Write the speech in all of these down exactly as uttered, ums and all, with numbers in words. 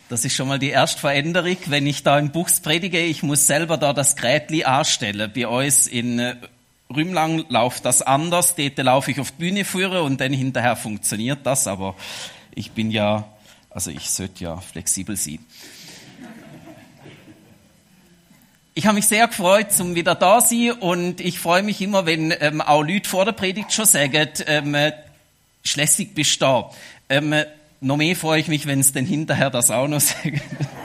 Das ist schon mal die erste Veränderung. Wenn ich da im Buchs predige, ich muss selber da das Gerätli anstellen. Bei uns in Rümlang läuft das anders. Dort laufe ich auf die Bühne führen und dann hinterher funktioniert das. Aber ich bin ja, also ich sollte ja flexibel sein. Ich habe mich sehr gefreut, zum wieder da sein, und ich freue mich immer, wenn ähm, auch Leute vor der Predigt schon sagen, ähm, Schleswig bist du da. Ähm, noch mehr freue ich mich, wenn es dann hinterher das auch noch sagen.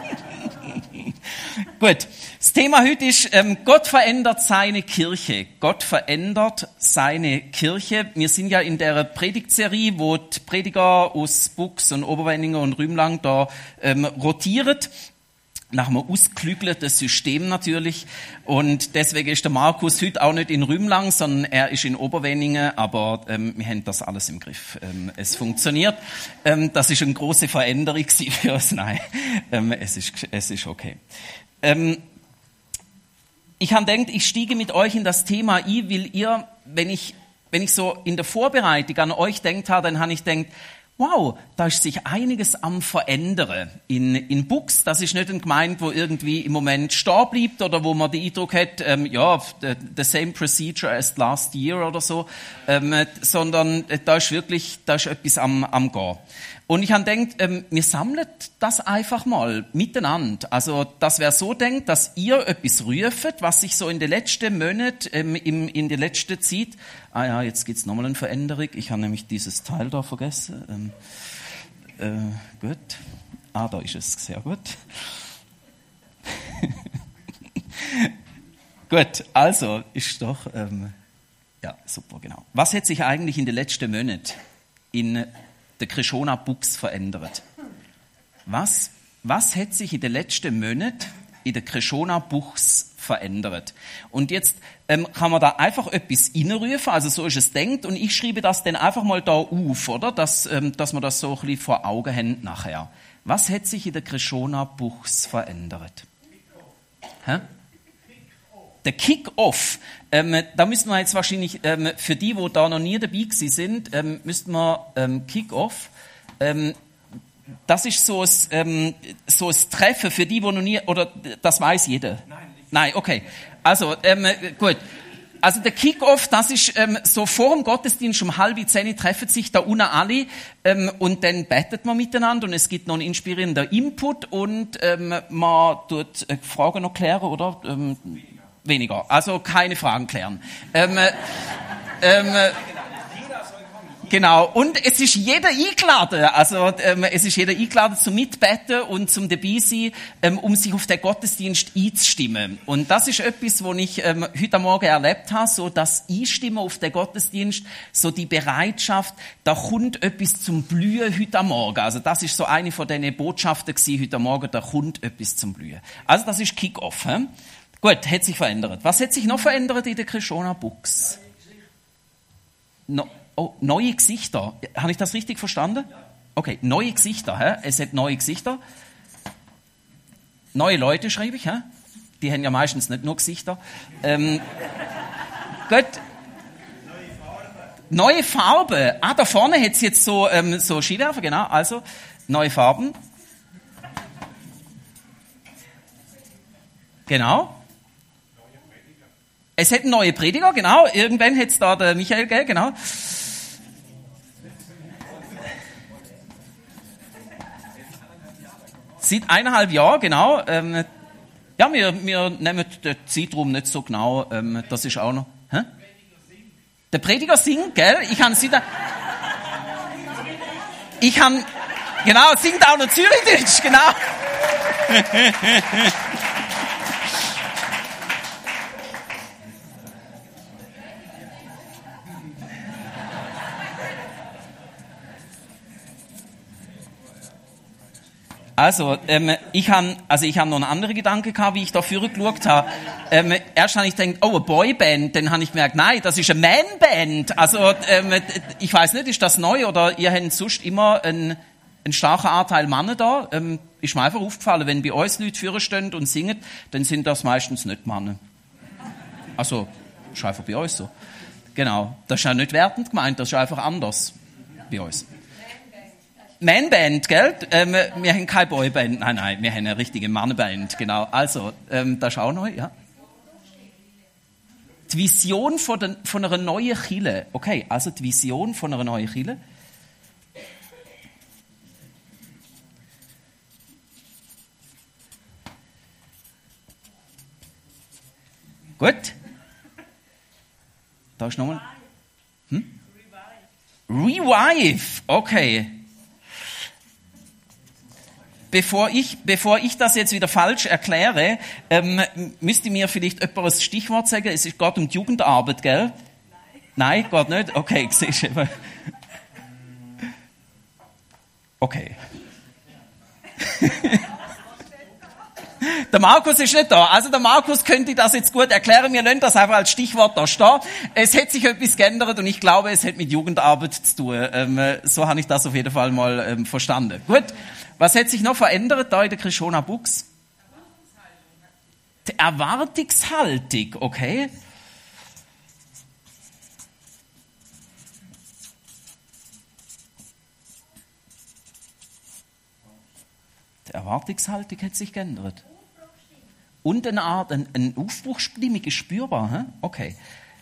Gut, das Thema heute ist, ähm, Gott verändert seine Kirche. Gott verändert seine Kirche. Wir sind ja in der Predigtserie, wo die Prediger aus Buchs und Oberwenninger und Rümlang da ähm, rotieren. Nach einem ausgeklügelten System natürlich. Und deswegen ist der Markus heute auch nicht in Rümlang, sondern er ist in Oberwenningen. Aber ähm, wir haben das alles im Griff. Ähm, es funktioniert. Ähm, das ist eine große Veränderung für uns. Nein, ähm, es ist, es ist okay. Ähm, ich habe gedacht, ich stiege mit euch in das Thema ein, weil ihr, wenn ich, wenn ich so in der Vorbereitung an euch denkt habe, dann habe ich gedacht, wow, da ist sich einiges am Verändern in, in Buchs. Das ist nicht eine Gemeinde, wo irgendwie im Moment stehen bleibt oder wo man den Eindruck hat, ähm, ja, the, the same procedure as last year oder so, ähm, sondern da ist wirklich, da ist etwas am, am Gehen. Und ich habe gedacht, ähm, wir sammeln das einfach mal miteinander. Also, das wäre so denkt, dass ihr etwas ruft, was sich so in den letzten Monaten, ähm, im, in der letzten Zeit, ah ja, jetzt gibt's nochmal eine Veränderung. Ich habe nämlich dieses Teil da vergessen. Ähm, äh, gut. Ah, da ist es. Sehr gut. Gut, also, ist doch, ähm, ja, super, genau. Was hat sich eigentlich in den letzten Monaten in der Krishona Buchs verändert? Was, was hat sich in den letzten Monaten in der Krishona Buchs verändert? Und jetzt ähm, kann man da einfach etwas reinrufen, also so ist es denkt, und ich schreibe das dann einfach mal da auf, oder? Dass, ähm, dass man das so ein bisschen vor Augen haben nachher. Was hat sich in der Krishona Buchs verändert? Hä? Der Kick-Off, ähm, da müssten wir jetzt wahrscheinlich, ähm, für die, die da noch nie dabei gewesen sind, ähm, müssten wir ähm, Kick-Off, ähm, das ist so ein, ähm, so ein Treffen für die, die noch nie, oder das weiß jeder? Nein, nicht. Nein, okay. Also, ähm, gut. Also der Kick-Off, das ist ähm, so vor dem Gottesdienst um halb zehn treffen sich da unten alle ähm, und dann betet man miteinander und es gibt noch einen inspirierenden Input und ähm, man tut äh, Fragen noch klären, oder? Ähm, Weniger, also keine Fragen klären. Ähm, ähm, genau, und es ist jeder eingeladen, also ähm, es ist jeder eingeladen zum Mitbeten und zum Dabeisein, ähm, um sich auf den Gottesdienst einzustimmen. Und das ist etwas, was ich ähm, heute Morgen erlebt habe, so das Einstimmen auf den Gottesdienst, so die Bereitschaft, da kommt etwas zum Blühen heute Morgen. Also das ist so eine von diesen Botschaften gewesen, heute Morgen, da kommt etwas zum Blühen. Also das ist Kick-Off. He? Gut, hat sich verändert. Was hat sich noch verändert in der Krishona Buchs? No, oh, neue Gesichter. Habe ich das richtig verstanden? Okay, neue Gesichter. Hä? Es hat neue Gesichter. Neue Leute schreibe ich. Hä? Die haben ja meistens nicht nur Gesichter. Ähm, gut. Neue Farben. Ah, da vorne hat es jetzt so, ähm, so Skiwerfer, genau. Also, neue Farben. Genau. Es hat einen neuen Prediger, genau. Irgendwann hat es da der Michael gegeben, genau. Seit eineinhalb Jahren, genau. Ähm, ja, wir, wir nehmen den Zeitraum nicht so genau. Ähm, das ist auch noch. Hä? Der Prediger singt, gell? Ich kann sie da. Ich kann. Genau, singt auch noch Zürichdeutsch, genau. Also, ähm, ich habe also ich hab noch einen anderen Gedanke gehabt, wie ich da vorher geschaut habe. Ähm, erst habe ich gedacht, oh, eine Boyband. Dann habe ich gemerkt, nein, das ist eine Manband. Also, ähm, ich weiß nicht, ist das neu oder ihr habt sonst immer einen, einen starken Anteil Männer da? Ähm, ist mir einfach aufgefallen, wenn bei uns Leute vorne stehen und singen, dann sind das meistens nicht Männer. Also, ist einfach bei uns so. Genau. Das ist ja nicht wertend gemeint, das ist einfach anders bei uns. Man-Band, gell? Ähm, wir haben keine Boyband, nein, nein, wir haben eine richtige Mannband, genau. Also, ähm, das ist auch neu, ja. Die Vision von, der, von einer neuen Kirche. Okay, also die Vision von einer neuen Kirche. Gut. Da ist nochmal. Hm? Revive. Okay. Bevor ich, bevor ich das jetzt wieder falsch erkläre, ähm, müsste mir vielleicht jemand ein Stichwort sagen. Es geht um die Jugendarbeit, gell? Nein. Nein, geht nicht? Okay, siehst du. Okay. Der Markus ist nicht da. Also der Markus könnte das jetzt gut erklären. Wir lassen das einfach als Stichwort da stehen. Es hat sich etwas geändert und ich glaube, es hat mit Jugendarbeit zu tun. Ähm, so habe ich das auf jeden Fall mal ähm, verstanden. Gut. Was hat sich noch verändert da in der Krishona Bux? Die Erwartungshaltung, okay. Die Erwartungshaltung hat sich geändert. Und eine Art, ein, ein Aufbruchsstimmung ist spürbar. He? Okay.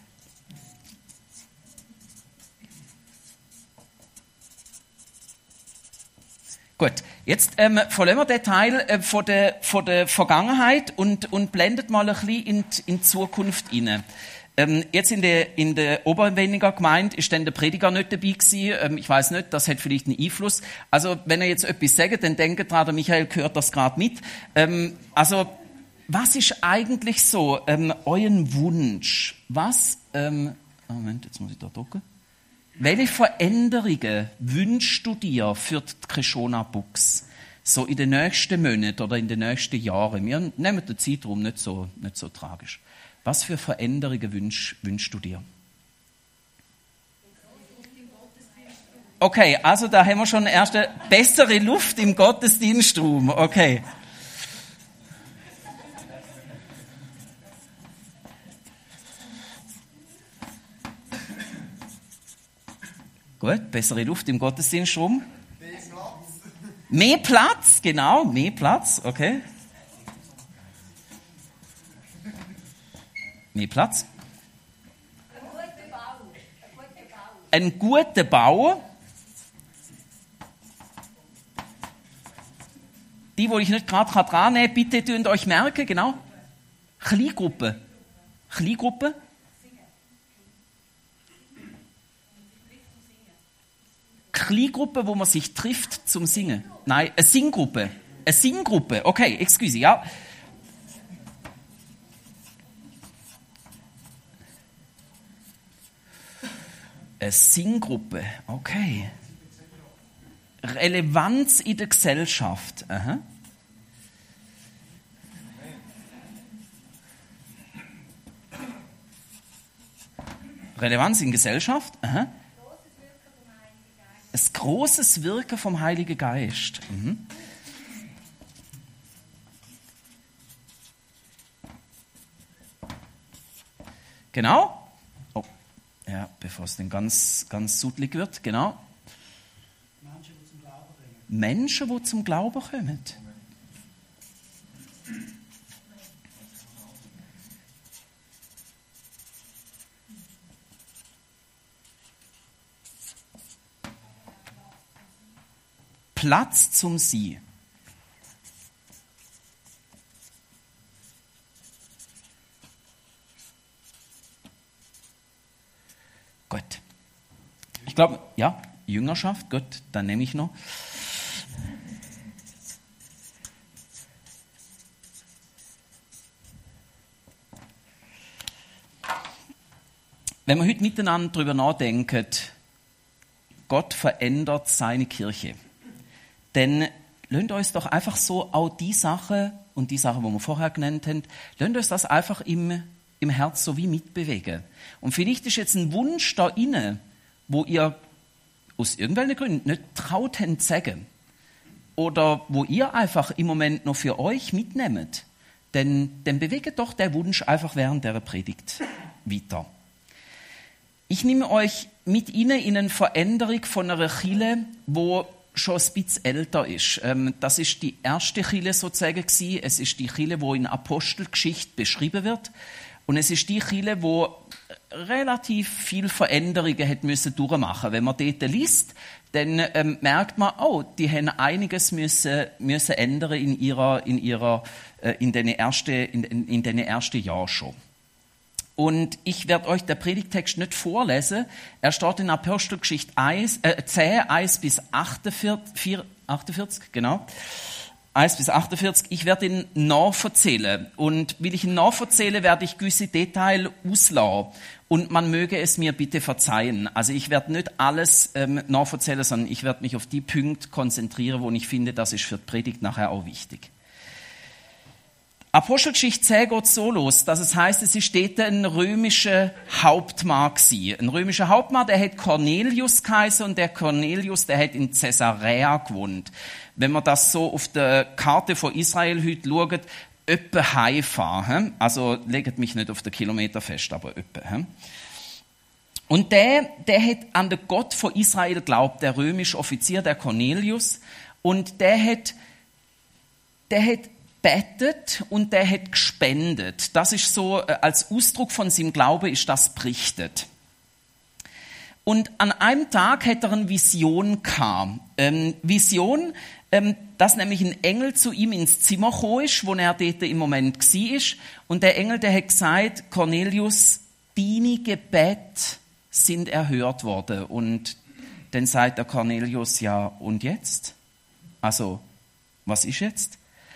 Gut, jetzt ähm, verlassen wir den Teil äh, von, der, von der Vergangenheit und, und blendet mal ein bisschen in, in die Zukunft rein. Ähm, jetzt in der, in der Oberwendiger Gemeinde ist dann der Prediger nicht dabei gewesen. Ähm, ich weiß nicht, das hat vielleicht einen Einfluss. Also wenn ihr jetzt etwas sagt, dann denkt dran, der Michael hört das gerade mit. Ähm, also was ist eigentlich so ähm, euer Wunsch? Was, ähm, Moment, jetzt muss ich da drücken. Welche Veränderungen wünschst du dir für die Krishona Bux? So in den nächsten Monaten oder in den nächsten Jahren? Wir nehmen den Zeitraum nicht so, nicht so tragisch. Was für Veränderungen wünsch, wünschst du dir? Okay, also da haben wir schon erste bessere Luft im Gottesdienstraum. Okay. Gut, bessere Luft im Gottesdienstraum. Mehr Platz. Mehr Platz, genau, mehr Platz, okay. Mehr Platz. Ein guter Bau. Die, die ich nicht gerade dran nehmen kann, bitte tun euch merken, genau. Kleingruppe. Kleingruppe. Kleingruppe, wo man sich trifft zum Singen. Nein, eine Singgruppe. Eine Singgruppe. Okay, excuse, ja. Eine Singgruppe. Okay. Relevanz in der Gesellschaft. Aha. Relevanz in Gesellschaft. Aha. Ein großes Wirken vom Heiligen Geist. Mhm. Genau. Oh, ja, bevor es dann ganz, ganz sudelig wird. Genau. Menschen, die zum Glauben kommen. Menschen, die zum Glauben kommen. Platz zum Sie. Gut. Ich glaube, ja, Jüngerschaft, gut, dann nehme ich noch. Wenn wir heute miteinander darüber nachdenken, Gott verändert seine Kirche. Denn lasst uns doch einfach so auch die Sachen und die Sachen, die wir vorher genannt haben, lasst uns das einfach im, im Herz so wie mitbewegen. Und vielleicht ist jetzt ein Wunsch da inne, wo ihr aus irgendwelchen Gründen nicht traut habt zu sagen. Oder wo ihr einfach im Moment noch für euch mitnehmt. Denn, dann bewegt doch der Wunsch einfach während der Predigt weiter. Ich nehme euch mit Ihnen in eine Veränderung von einer Kirche, wo schon ein bisschen älter ist. Ähm, das ist die erste Kirche sozusagen gewesen. Es ist die Kirche, wo in Apostelgeschichte beschrieben wird. Und es ist die Kirche, wo relativ viel Veränderungen hat müssen durchmachen. Wenn man dort liest, dann ähm, merkt man, oh, die haben einiges müssen, müssen ändern in ihrer, in ihrer, äh, in den ersten, in, in, in den ersten Jahren schon. Und ich werde euch den Predigtext nicht vorlesen. Er steht in Apostelgeschichte zehn, eins bis achtundvierzig, achtundvierzig, genau. eins bis achtundvierzig. Ich werde ihn nachverzählen. Und will ich ihn nachverzählen, werde ich gewisse Details auslassen. Und man möge es mir bitte verzeihen. Also ich werde nicht alles ähm, nachverzählen, sondern ich werde mich auf die Punkte konzentrieren, wo ich finde, das ist für die Predigt nachher auch wichtig. Apostelgeschichte zehn geht so los, dass es heißt, es ist dort ein römischer Hauptmann gewesen. Ein römischer Hauptmann, der hat Cornelius geheißen und der Cornelius, der hat in Caesarea gewohnt. Wenn man das so auf der Karte von Israel heute schaut, öppe Haifa. Also legt mich nicht auf den Kilometer fest, aber öppe. Und der, der hat an den Gott von Israel geglaubt, der römische Offizier, der Cornelius. Und der hat, der hat betet und der hat gespendet. Das ist so, als Ausdruck von seinem Glauben ist das berichtet. Und an einem Tag hat er eine Vision gehabt. Ähm, Vision, ähm, dass nämlich ein Engel zu ihm ins Zimmer gekommen ist, wo er dort im Moment war. Und der Engel, der hat gesagt, Cornelius, deine Gebete sind erhört worden. Und dann sagt der Cornelius, ja, und jetzt? Also, was ist jetzt?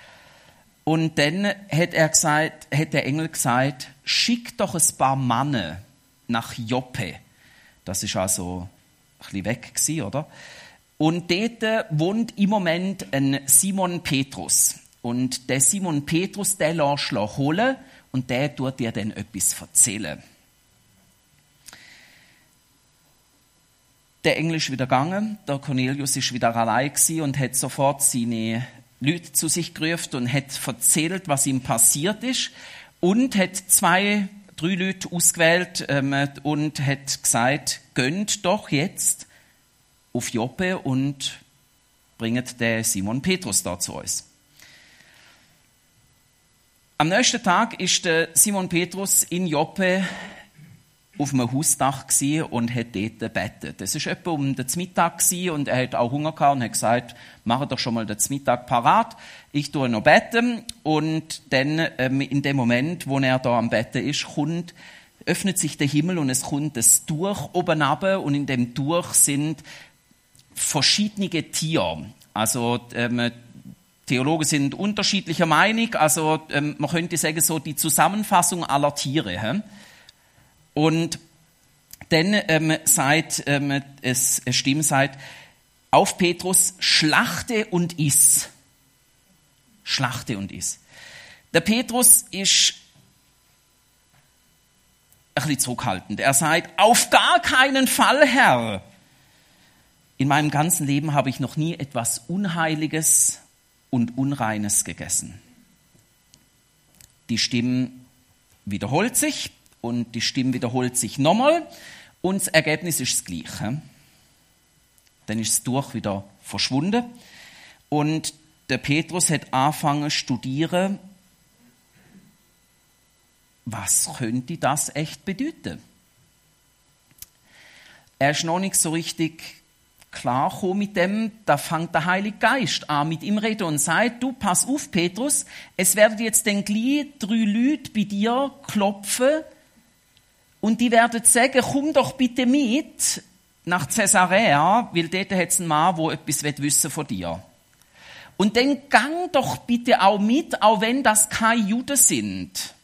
Und dann hat er gesagt, hat der Engel gesagt, schick doch ein paar Männer nach Joppe. Das ist also ein bisschen weg gewesen, oder? Und dort wohnt im Moment ein Simon Petrus. Und der Simon Petrus, der lässt ihn holen und der tut dir dann etwas erzählen. Der Engel ist wieder gegangen, der Cornelius ist wieder allein gewesen und hat sofort seine Leute zu sich gerufen und hat erzählt, was ihm passiert ist und hat zwei, drei Leute ausgewählt ähm, und hat gesagt, gönnt doch jetzt auf Joppe und bringt den Simon Petrus da zu uns. Am nächsten Tag ist der Simon Petrus in Joppe auf einem Hausdach und hat dort gebetet. Es war etwa um den Mittag und er hat auch Hunger gehabt und hat gesagt, mach doch schon mal den Mittag parat, ich tue noch beten. Und dann ähm, in dem Moment, wo er da am Betten ist, kommt, öffnet sich der Himmel und es kommt das Tuch oben runter und in dem Tuch sind verschiedene Tiere. Also ähm, Theologen sind unterschiedlicher Meinung, also ähm, man könnte sagen, so die Zusammenfassung aller Tiere. He? Und dann ähm, sagt ähm, es, es Stimme sagt, auf Petrus, schlachte und iss. Schlachte und iss. Der Petrus ist ein bisschen zurückhaltend. Er sagt, auf gar keinen Fall, Herr. In meinem ganzen Leben habe ich noch nie etwas Unheiliges und Unreines gegessen. Die Stimme wiederholt sich. Und die Stimme wiederholt sich nochmal und das Ergebnis ist das Gleiche. Dann ist das Tuch wieder verschwunden und der Petrus hat angefangen zu studieren, was könnte das echt bedeuten? Er ist noch nicht so richtig klar gekommen mit dem, da fängt der Heilige Geist an mit ihm reden und sagt, du, pass auf, Petrus, es werden jetzt dann gleich drei Leute bei dir klopfen, und die werden sagen, komm doch bitte mit nach Caesarea, weil dort hat es einen Mann, der etwas wissen von dir. Und dann gang doch bitte auch mit, auch wenn das keine Juden sind.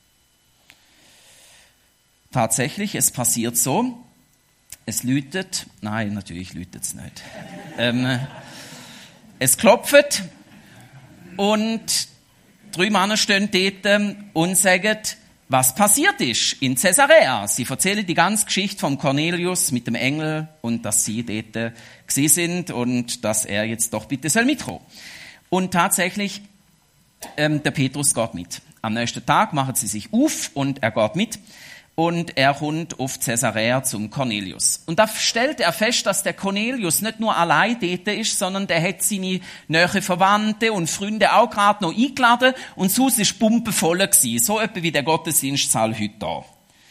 Tatsächlich, es passiert so, es läutet, nein, natürlich läutet es nicht. ähm, es klopft und drei Männer stehen dort und sagen, was passiert ist in Caesarea. Sie erzählen die ganze Geschichte von Cornelius mit dem Engel und dass sie dort gewesen sind und dass er jetzt doch bitte soll mitkommen. Und tatsächlich, ähm, der Petrus geht mit. Am nächsten Tag machen sie sich auf und er geht mit. und er kommt auf Caesarea zum Cornelius. Und da stellt er fest, dass der Cornelius nicht nur allein dort ist, sondern der hat seine nahen Verwandte und Freunde auch gerade noch eingeladen und das Haus war pumpenvoll gewesen, so etwa wie der Gottesdienstsaal heute da.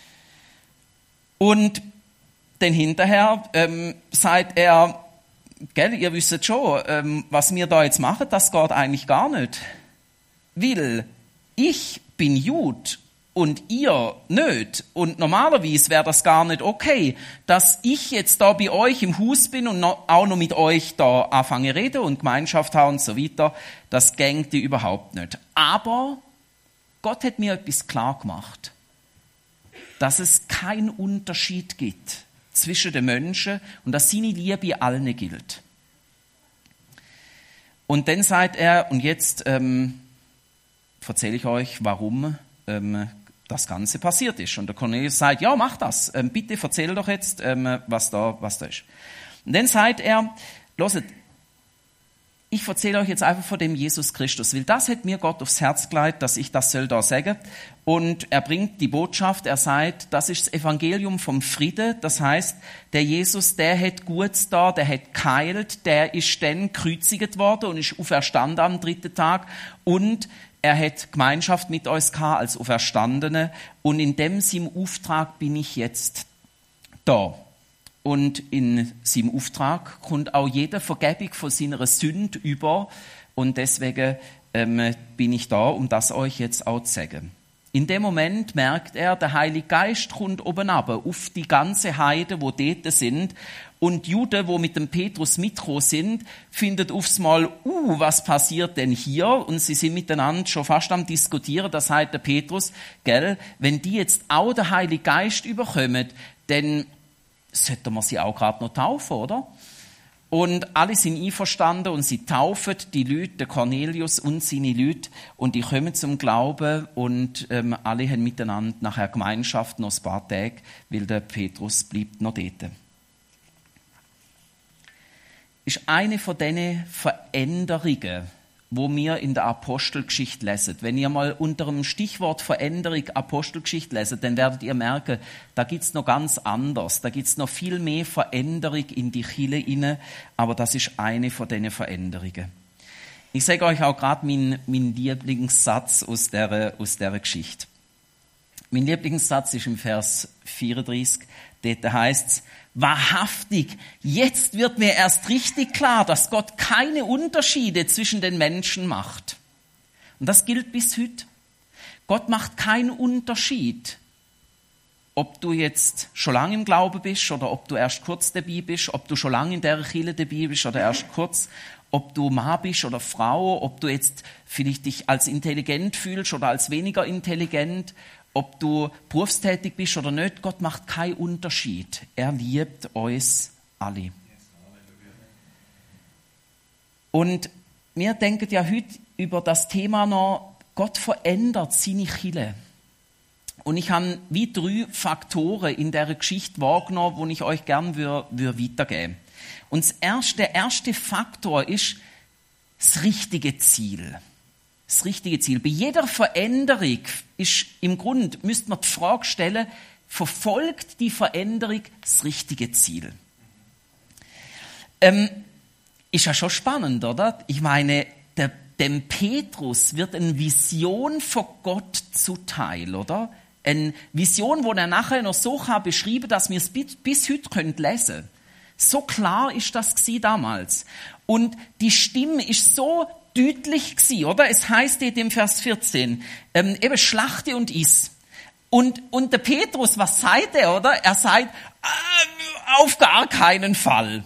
Und dann hinterher ähm, sagt er, gell, ihr wisst schon, ähm, was wir da jetzt machen, das geht eigentlich gar nicht. Weil ich bin Jud und ihr nicht. Und normalerweise wäre das gar nicht okay, dass ich jetzt da bei euch im Haus bin und noch, auch noch mit euch da anfange reden und Gemeinschaft haben und so weiter. Das gängte überhaupt nicht. Aber Gott hat mir etwas klar gemacht, dass es keinen Unterschied gibt zwischen den Menschen und dass seine Liebe allen gilt. Und dann sagt er, und jetzt ähm, erzähle ich euch, warum ähm, das Ganze passiert ist. Und der Cornelius sagt, ja, mach das, ähm, bitte erzähl doch jetzt, ähm, was da, was da ist. Und dann sagt er, hört, ich erzähle euch jetzt einfach von dem Jesus Christus, weil das hat mir Gott aufs Herz gelegt, dass ich das soll da sagen. Und er bringt die Botschaft, er sagt, das ist das Evangelium vom Frieden. Das heißt, der Jesus, der hat Gutes da, der hat geheilt, der ist dann gekreuzigt worden und ist auferstanden am dritten Tag. Und er hat Gemeinschaft mit uns gehabt als Auferstandene. Und in dem seinem Auftrag bin ich jetzt da. Und in seinem Auftrag kommt auch jeder Vergebung von seiner Sünde über. Und deswegen ähm, bin ich da, um das euch jetzt auch zu sagen. In dem Moment merkt er, der Heilige Geist kommt oben runter auf die ganze Heide, wo dort sind. Und die Juden, die mit dem Petrus mitgekommen sind, finden aufs Mal, uh, was passiert denn hier? Und sie sind miteinander schon fast am Diskutieren. Das heißt der Petrus, gell, wenn die jetzt auch den Heiligen Geist überkommen, dann sollten wir sie auch gerade noch taufen, oder? Und alle sind einverstanden und sie taufen die Leute, der Cornelius und seine Leute, und die kommen zum Glauben und ähm, alle haben miteinander nachher Gemeinschaft noch ein paar Tage, weil der Petrus bleibt noch dort. Ist eine von diesen Veränderungen, wo wir in der Apostelgeschichte lesen. Wenn ihr mal unter dem Stichwort Veränderung Apostelgeschichte leset, dann werdet ihr merken, da gibt's noch ganz anders. Da gibt's noch viel mehr Veränderung in die Kirche inne, aber das ist eine von diesen Veränderungen. Ich sage euch auch gerade meinen mein Lieblingssatz aus der, aus der Geschichte. Mein Lieblingssatz ist im Vers vierunddreißig, dort heisst's, wahrhaftig, jetzt wird mir erst richtig klar, dass Gott keine Unterschiede zwischen den Menschen macht. Und das gilt bis heute. Gott macht keinen Unterschied, ob du jetzt schon lange im Glauben bist oder ob du erst kurz dabei bist, ob du schon lange in der Kirche dabei bist oder erst kurz, ob du Mann bist oder Frau, ob du jetzt vielleicht dich als intelligent fühlst oder als weniger intelligent, ob du berufstätig bist oder nicht, Gott macht keinen Unterschied. Er liebt uns alle. Und wir denken ja heute über das Thema noch, Gott verändert seine Kirche. Und ich habe wie drei Faktoren in dieser Geschichte wahrgenommen, die ich euch gerne weitergeben würde. Und das erste, der erste Faktor ist das richtige Ziel. Das richtige Ziel. Bei jeder Veränderung ist im Grunde, müsste man die Frage stellen, verfolgt die Veränderung das richtige Ziel? Ähm, ist ja schon spannend, oder? Ich meine, der, dem Petrus wird eine Vision von Gott zuteil, oder? Eine Vision, die er nachher noch so kann beschreiben, dass wir es bis, bis heute können lesen. So klar ist das gewesen damals. Und die Stimme ist so deutlich gewesen, oder? Es heißt dort im Vers vierzehn, ähm, eben schlachte und iss. Und, und der Petrus, was sagt er, oder? Er sagt, äh, auf gar keinen Fall.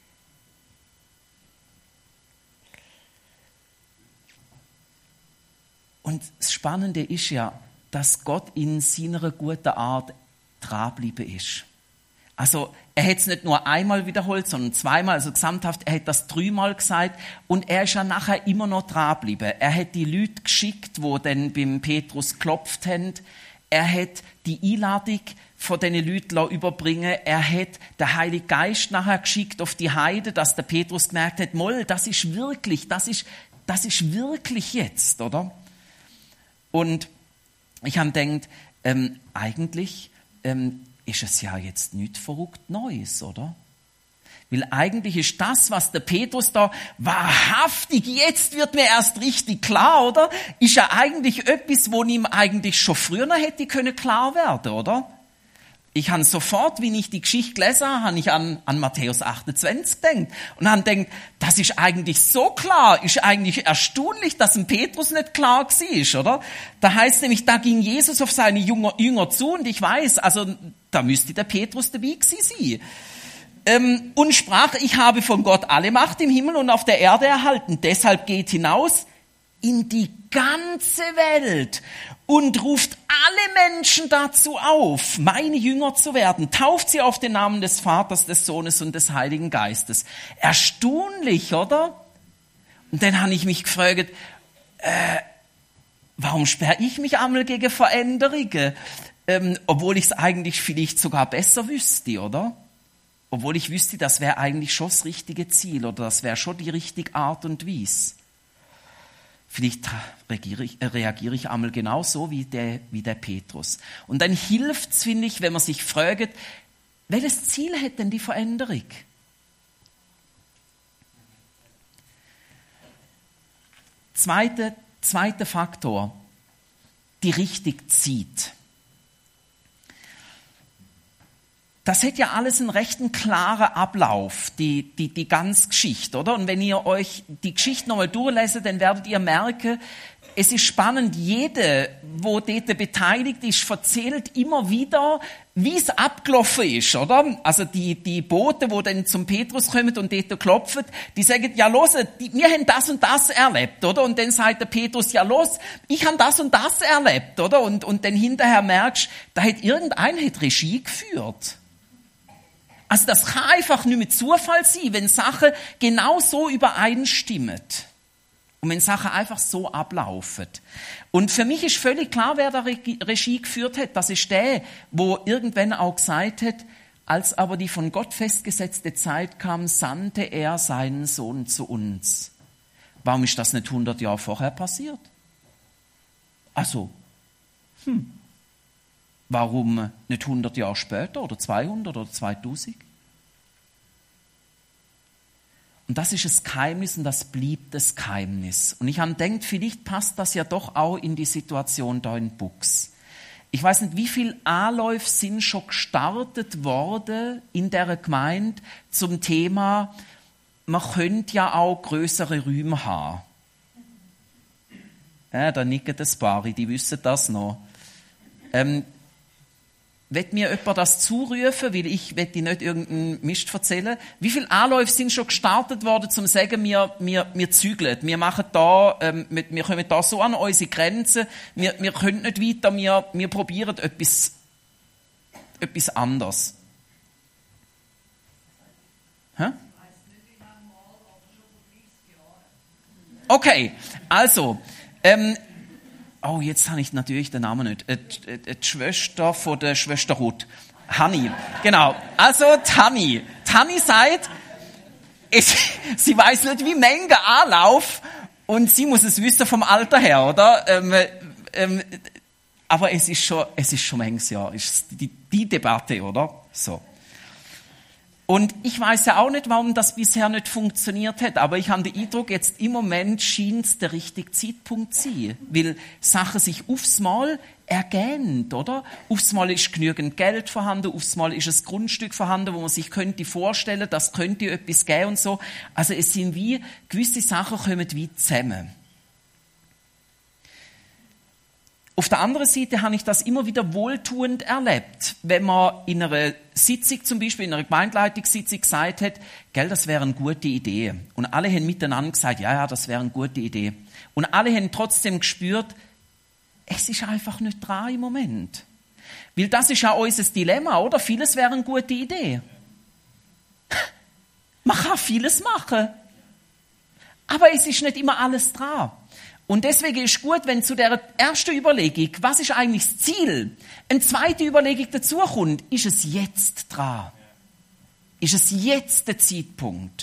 Und das Spannende ist ja, dass Gott in seiner guten Art dranbleiben ist. Also er hat es nicht nur einmal wiederholt, sondern zweimal, also gesamthaft, er hat das dreimal gesagt und er ist ja nachher immer noch dranbleiben. Er hat die Leute geschickt, die dann beim Petrus geklopft haben. Er hat die Einladung von diesen Leuten überbringen. Er hat den Heiligen Geist nachher geschickt auf die Heide, dass der Petrus gemerkt hat, Moll, das ist wirklich, das ist, das ist wirklich jetzt, oder? Und ich habe gedacht, ähm, eigentlich ähm, ist es ja jetzt nicht verrückt Neues, oder? Weil eigentlich ist das, was der Petrus da wahrhaftig, jetzt wird mir erst richtig klar, oder? Ist ja eigentlich etwas, wo ihm eigentlich schon früher noch hätte können klar werden, oder? Ich habe sofort, wie ich die Geschichte gelesen habe, habe ich an, an Matthäus achtundzwanzig gedacht. Und habe gedacht, das ist eigentlich so klar, ist eigentlich erstaunlich, dass ein Petrus nicht klar war, oder? Da heißt nämlich, da ging Jesus auf seine Jünger, Jünger zu und ich weiß, also da müsste der Petrus dabei gewesen sein. Ähm, und sprach, ich habe von Gott alle Macht im Himmel und auf der Erde erhalten. Deshalb geht hinaus in die ganze Welt und ruft alle Menschen dazu auf, meine Jünger zu werden. Tauft sie auf den Namen des Vaters, des Sohnes und des Heiligen Geistes. Erstaunlich, oder? Und dann habe ich mich gefragt, äh, warum sperre ich mich einmal gegen Veränderungen? Ähm, obwohl ich es eigentlich vielleicht sogar besser wüsste, oder? Obwohl ich wüsste, das wäre eigentlich schon das richtige Ziel oder das wäre schon die richtige Art und Weise. Vielleicht reagiere ich, äh, reagiere ich einmal genauso wie der, wie der Petrus. Und dann hilft es, finde ich, wenn man sich fragt, welches Ziel hat denn die Veränderung? Zweiter zweite Faktor, die richtige Zeit. Das hat ja alles einen recht klaren Ablauf, die, die, die ganze Geschichte, oder? Und wenn ihr euch die Geschichte nochmal durchlest, dann werdet ihr merken, es ist spannend, jeder, wo dort beteiligt ist, erzählt immer wieder, wie es abgelaufen ist, oder? Also die, die Boten, die dann zum Petrus kommen und dort klopfen, die sagen, ja los, die, wir haben das und das erlebt, oder? Und dann sagt der Petrus, ja los, ich habe das und das erlebt, oder? Und, und dann hinterher merkst, da hat irgendein hat Regie geführt. Also das kann einfach nicht mit Zufall sein, wenn Sachen genau so übereinstimmen. Und wenn Sachen einfach so ablaufen. Und für mich ist völlig klar, wer da Regie geführt hat. Das ist der, wo irgendwann auch gesagt hat, als aber die von Gott festgesetzte Zeit kam, sandte er seinen Sohn zu uns. Warum ist das nicht hundert Jahre vorher passiert? Also, hm. Warum nicht hundert Jahre später oder zweihundert oder zweitausend? Und das ist ein Geheimnis und das blieb das Geheimnis. Und ich habe gedacht, vielleicht passt das ja doch auch in die Situation da in Bux. Ich weiß nicht, wie viele Anläufe sind schon gestartet worden in der Gemeinde zum Thema, man könnte ja auch größere Räume haben. Ja, da nicken das paar, die wissen das noch. Ähm, Wird mir jemand das zurufen, weil ich will dir nicht irgendeinen Mist erzählen? Wie viele Anläufe sind schon gestartet worden, zum zu sagen, wir, wir, wir zügeln, wir machen da, ähm, wir kommen da so an unsere Grenzen, wir, wir können nicht weiter, wir, wir probieren etwas, etwas anderes. Hä? Okay, also, ähm, oh, jetzt habe ich natürlich den Namen nicht. Die, die, die Schwester von der Schwester Ruth. Hanni. Genau. Also, Tanni. Tanni sagt, es, sie weiß nicht, wie Menge Anlauf und sie muss es wissen vom Alter her, oder? Ähm, ähm, aber es ist schon, es ist schon manches Jahr. Ist die, die Debatte, oder? So. Und ich weiß ja auch nicht, warum das bisher nicht funktioniert hat, aber ich habe den Eindruck, jetzt im Moment scheint es der richtige Zeitpunkt zu sein, weil Sachen sich aufs Mal ergehen, oder? Aufs Mal ist genügend Geld vorhanden, aufs Mal ist ein Grundstück vorhanden, wo man sich könnte vorstellen, das könnte etwas geben und so. Also es sind wie, gewisse Sachen kommen wie zusammen. Auf der anderen Seite habe ich das immer wieder wohltuend erlebt, wenn man in einer Sitzung, zum Beispiel in einer Gemeindeleitungssitzung gesagt hat, gell, das wäre eine gute Idee. Und alle haben miteinander gesagt, ja, ja, das wäre eine gute Idee. Und alle haben trotzdem gespürt, es ist einfach nicht dran im Moment. Weil das ist ja unser Dilemma, oder? Vieles wäre eine gute Idee. Man kann vieles machen. Aber es ist nicht immer alles dran. Und deswegen ist gut, wenn zu der ersten Überlegung, was ist eigentlich das Ziel, eine zweite Überlegung dazukommt, ist es jetzt dran? Ist es jetzt der Zeitpunkt?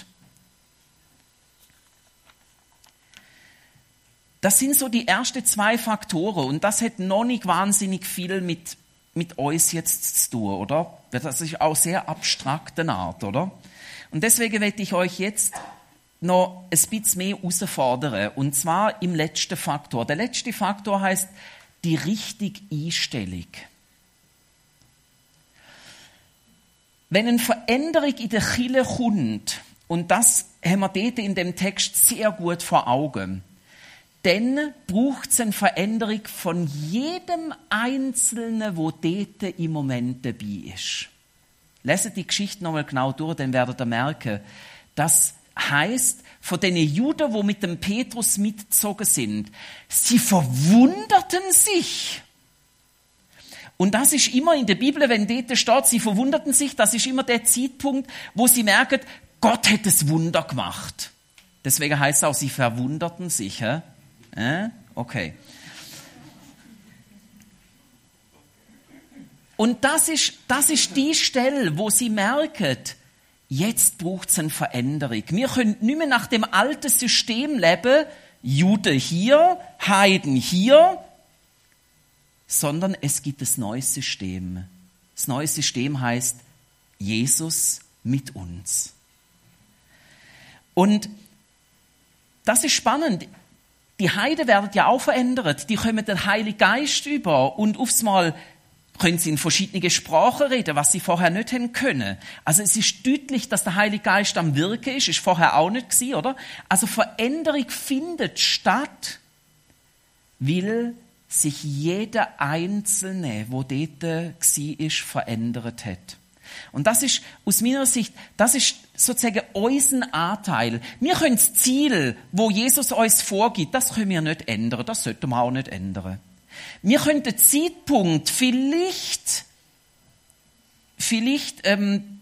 Das sind so die ersten zwei Faktoren und das hat noch nicht wahnsinnig viel mit, mit uns jetzt zu tun, oder? Das ist auch sehr abstrakte Art, oder? Und deswegen werde ich euch jetzt noch ein bisschen mehr herausfordern. Und zwar im letzten Faktor. Der letzte Faktor heißt die richtige Einstellung. Wenn eine Veränderung in der Kirche kommt, und das haben wir dort in dem Text sehr gut vor Augen, dann braucht es eine Veränderung von jedem Einzelnen, der dort im Moment dabei ist. Leset die Geschichte nochmal genau durch, dann werdet ihr merken, das heisst, von den Juden, die mit dem Petrus mitgezogen sind, sie verwunderten sich. Und das ist immer in der Bibel, wenn dort steht, sie verwunderten sich, das ist immer der Zeitpunkt, wo sie merken, Gott hat das Wunder gemacht. Deswegen heißt es auch, sie verwunderten sich. Hä? Äh? Okay. Und das ist, das ist die Stelle, wo sie merken, jetzt braucht es eine Veränderung. Wir können nicht mehr nach dem alten System leben, Juden hier, Heiden hier, sondern es gibt ein neues System. Das neue System heißt Jesus mit uns. Und das ist spannend. Die Heiden werden ja auch verändert. Die kommen den Heiligen Geist über und aufs Mal können sie in verschiedene Sprachen reden, was sie vorher nicht haben können. Also es ist deutlich, dass der Heilige Geist am Wirken ist. Ist vorher auch nicht gewesen, oder? Also Veränderung findet statt, weil sich jeder Einzelne, der dort war, verändert hat. Und das ist aus meiner Sicht, das ist sozusagen unser Anteil. Wir können das Ziel, wo Jesus uns vorgibt, das können wir nicht ändern, das sollten wir auch nicht ändern. Wir können den Zeitpunkt vielleicht, vielleicht ähm,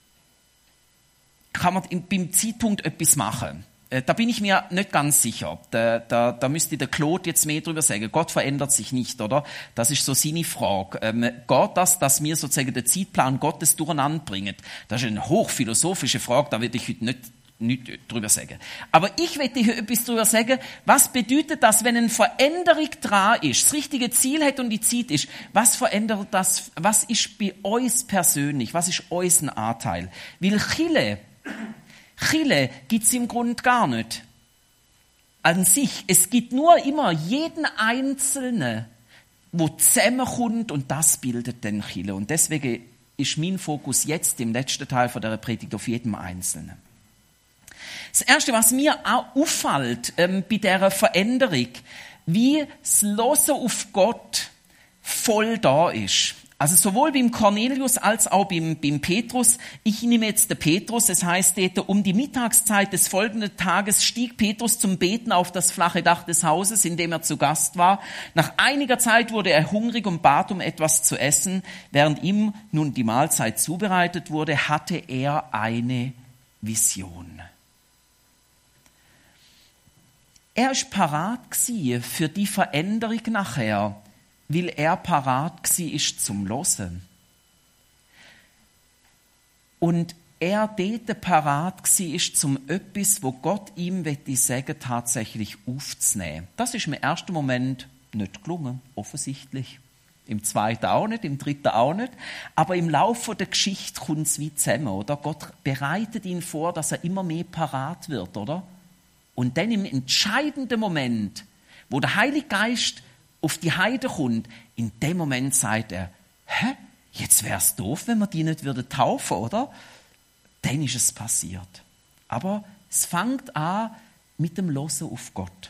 kann man beim Zeitpunkt etwas machen. Äh, da bin ich mir nicht ganz sicher. Da, da, da müsste der Claude jetzt mehr drüber sagen. Gott verändert sich nicht, oder? Das ist so seine Frage. Ähm, geht das, dass wir sozusagen den Zeitplan Gottes durcheinander bringen? Das ist eine hochphilosophische Frage, da werde ich heute nicht nichts drüber sagen. Aber ich werde hier etwas drüber sagen, was bedeutet das, wenn eine Veränderung dran ist, das richtige Ziel hat und die Zeit ist, was verändert das, was ist bei uns persönlich, was ist unser Anteil? Weil Chile, Chile gibt es im Grunde gar nicht. An sich, es gibt nur immer jeden Einzelnen, der zusammenkommt und das bildet den Chile. Und deswegen ist mein Fokus jetzt im letzten Teil von der Predigt auf jedem Einzelnen. Das Erste, was mir auch auffällt ähm, bei dieser Veränderung, wie das Hören auf Gott voll da ist. Also sowohl beim Cornelius als auch beim, beim Petrus. Ich nehme jetzt den Petrus, es heißt dort, um die Mittagszeit des folgenden Tages stieg Petrus zum Beten auf das flache Dach des Hauses, in dem er zu Gast war. Nach einiger Zeit wurde er hungrig und bat um etwas zu essen. Während ihm nun die Mahlzeit zubereitet wurde, hatte er eine Vision. Er war parat für die Veränderung nachher, weil er parat war zum Hören. Und er dort parat war, zum etwas, wo Gott ihm sagen tatsächlich aufzunehmen. Das ist im ersten Moment nicht gelungen, offensichtlich. Im zweiten auch nicht, im dritten auch nicht. Aber im Laufe der Geschichte kommt es wie zusammen, oder? Gott bereitet ihn vor, dass er immer mehr parat wird, oder? Und dann im entscheidenden Moment, wo der Heilige Geist auf die Heide kommt, in dem Moment sagt er, hä, jetzt wär's doof, wenn wir die nicht würden taufen, oder? Dann ist es passiert. Aber es fängt an mit dem Hören auf Gott.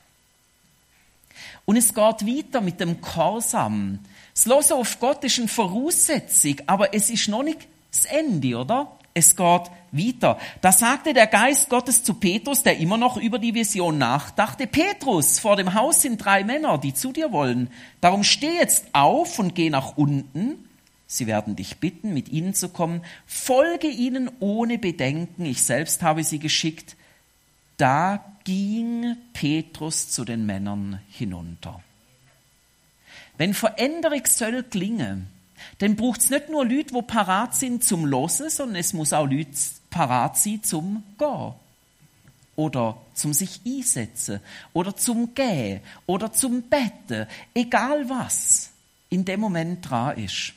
Und es geht weiter mit dem Gehorsam. Das Hören auf Gott ist eine Voraussetzung, aber es ist noch nicht das Ende, oder? Es geht weiter. Da sagte der Geist Gottes zu Petrus, der immer noch über die Vision nachdachte, Petrus, vor dem Haus sind drei Männer, die zu dir wollen. Darum steh jetzt auf und geh nach unten. Sie werden dich bitten, mit ihnen zu kommen. Folge ihnen ohne Bedenken. Ich selbst habe sie geschickt. Da ging Petrus zu den Männern hinunter. Wenn Veränderung soll gelingen, dann braucht es nicht nur Leute, die parat sind zum Hören, sondern es muss auch Leute parat sein zum Gehen. Oder zum sich einsetzen. Oder zum Gehen. Oder zum Betten. Egal was. in dem Moment dran ist.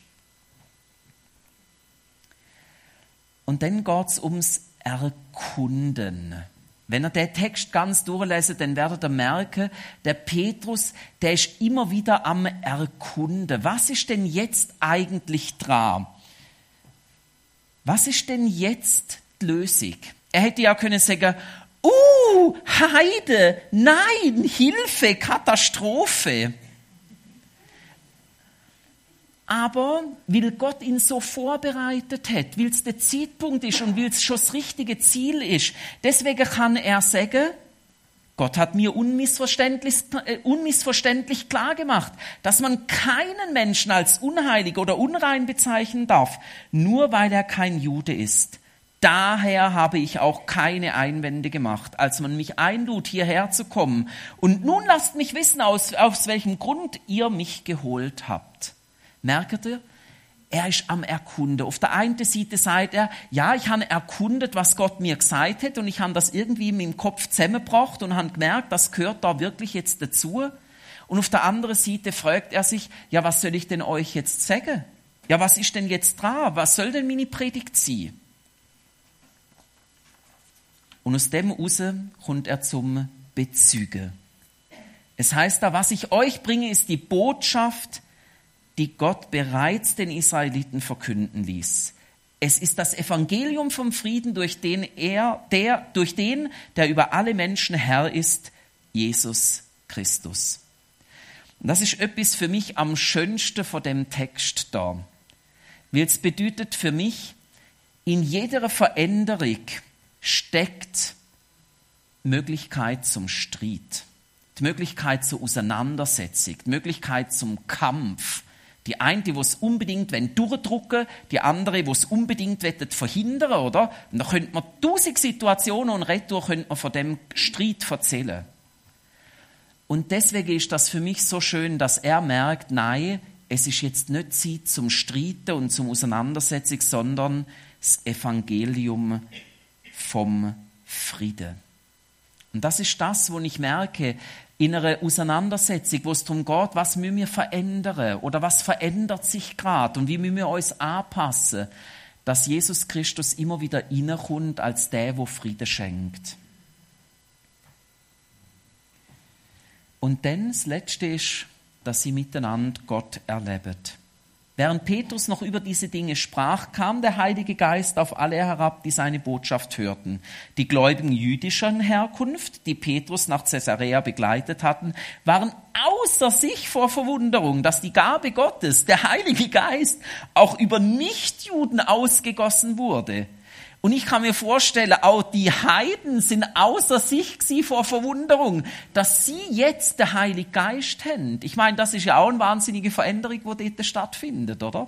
Und dann geht es ums Erkunden. Wenn ihr den Text ganz durchlesen, dann werdet ihr merken, der Petrus, der ist immer wieder am Erkunden. Was ist denn jetzt eigentlich dran? Was ist denn jetzt die Lösung? Er hätte ja können sagen, uh, Heide, nein, Hilfe, Katastrophe. Aber weil Gott ihn so vorbereitet hat, weil es der Zeitpunkt ist und weil es schon das richtige Ziel ist, deswegen kann er sagen, Gott hat mir unmissverständlich, äh, unmissverständlich klar gemacht, dass man keinen Menschen als unheilig oder unrein bezeichnen darf, nur weil er kein Jude ist. Daher habe ich auch keine Einwände gemacht, als man mich einlud, hierher zu kommen. Und nun lasst mich wissen, aus, aus welchem Grund ihr mich geholt habt. Merkt ihr? Er ist am Erkunden. Auf der einen Seite sagt er, ja, ich habe erkundet, was Gott mir gesagt hat und ich habe das irgendwie in meinem Kopf zusammengebracht und habe gemerkt, das gehört da wirklich jetzt dazu. Und auf der anderen Seite fragt er sich, ja, was soll ich denn euch jetzt sagen? Ja, was ist denn jetzt dran? Was soll denn meine Predigt sein? Und aus dem raus kommt er zum Bezügen. Es heißt da, was ich euch bringe, ist die Botschaft, die Gott bereits den Israeliten verkünden ließ. Es ist das Evangelium vom Frieden, durch den er, der, durch den, der über alle Menschen Herr ist, Jesus Christus. Und das ist etwas für mich am schönsten von dem Text da. Weil es bedeutet für mich, in jeder Veränderung steckt Möglichkeit zum Streit, die Möglichkeit zur Auseinandersetzung, die Möglichkeit zum Kampf. Die eine, die es unbedingt durchdrücken, die andere, die es unbedingt verhindern, oder? Und da könnte man tausend Situationen und retour könnte man von dem Streit erzählen. Und deswegen ist das für mich so schön, dass er merkt, nein, es ist jetzt nicht Zeit zum Streiten und zum Auseinandersetzung, sondern das Evangelium vom Frieden. Und das ist das, wo ich merke, in einer Auseinandersetzung, wo es darum geht, was müssen wir verändern oder was verändert sich gerade und wie müssen wir uns anpassen, dass Jesus Christus immer wieder reinkommt als der, der Frieden schenkt. Und dann das Letzte ist, dass sie miteinander Gott erleben. Während Petrus noch über diese Dinge sprach, kam der Heilige Geist auf alle herab, die seine Botschaft hörten. Die Gläubigen jüdischer Herkunft, die Petrus nach Caesarea begleitet hatten, waren außer sich vor Verwunderung, dass die Gabe Gottes, der Heilige Geist, auch über Nichtjuden ausgegossen wurde. Und ich kann mir vorstellen, auch die Heiden sind außer sich vor Verwunderung, dass sie jetzt den Heiligen Geist haben. Ich meine, das ist ja auch eine wahnsinnige Veränderung, die dort stattfindet, oder?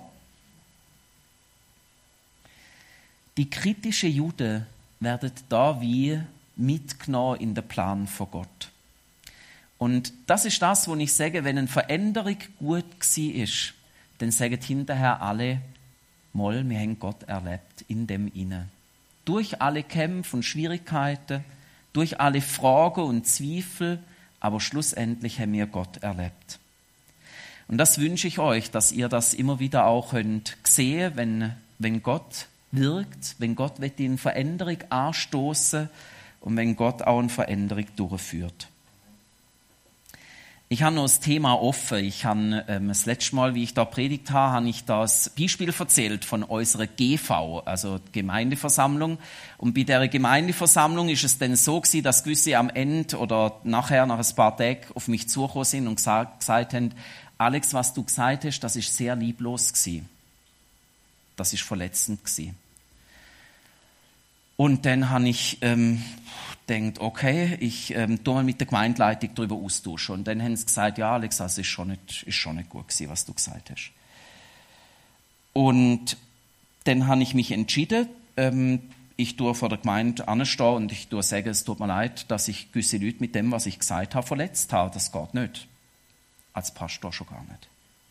Die kritischen Juden werden da wie mitgenommen in den Plan von Gott. Und das ist das, wo ich sage, wenn eine Veränderung gut war, dann sagen hinterher alle, Moll, wir haben Gott erlebt in dem Inne. Durch alle Kämpfe und Schwierigkeiten, durch alle Fragen und Zweifel, aber schlussendlich haben wir Gott erlebt. Und das wünsche ich euch, dass ihr das immer wieder auch könnt sehen, wenn, wenn Gott wirkt, wenn Gott eine Veränderung anstoßen und wenn Gott auch eine Veränderung durchführt. Ich habe noch das Thema offen. Ich habe ähm, das letzte Mal, wie ich da predigt habe, habe ich das Beispiel erzählt von unserer G V, also Gemeindeversammlung. Und bei der Gemeindeversammlung ist es dann so gewesen, dass gewisse am Ende oder nachher, nach ein paar Tagen, auf mich zugekommen sind und gesagt, gesagt haben, Alex, was du gesagt hast, das ist sehr lieblos gewesen. Das ist verletzend gewesen. Und dann habe ich ähm, gedacht, okay, ich ähm, tue mal mit der Gemeindeleitung darüber austauschen. Und dann haben sie gesagt, ja, Alex, das ist schon nicht, ist schon nicht gut gewesen, was du gesagt hast. Und dann habe ich mich entschieden, ähm, ich tue vor der Gemeinde anstehen und ich tue sagen, es tut mir leid, dass ich gewisse Leute mit dem, was ich gesagt habe, verletzt habe. Das geht nicht. Als Pastor schon gar nicht.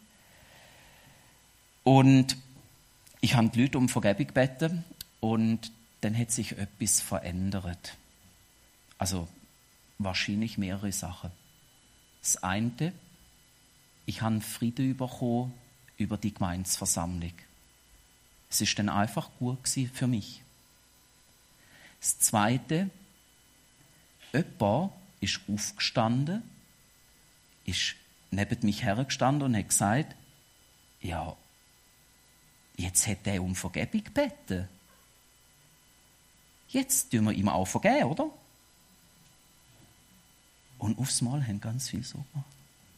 Und ich habe die Leute um Vergebung gebeten und dann hat sich etwas verändert. Also wahrscheinlich mehrere Sachen. Das eine, ich ich habe Frieden bekommen über die Gemeindeversammlung. Es ist dann einfach gut gewesen für mich. Das Zweite, jemand ist aufgestanden, ist neben mich hergestanden und hat gesagt, ja, jetzt hat er um Vergebung gebeten. Jetzt tun wir ihm auch vergeben, oder? Und aufs Mal haben ganz viele so gemacht.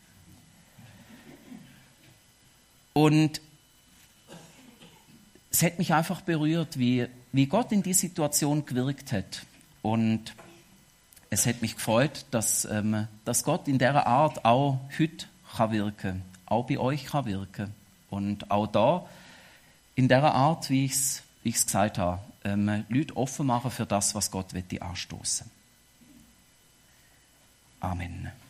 Und es hat mich einfach berührt, wie, wie Gott in die Situation gewirkt hat. Und es hat mich gefreut, dass, ähm, dass Gott in dieser Art auch heute kann wirken, auch bei euch kann wirken. Und auch da, in dieser Art, wie ich es wie ich's gesagt habe, ähm, Leute offen machen für das, was Gott anstoßen will. Amen.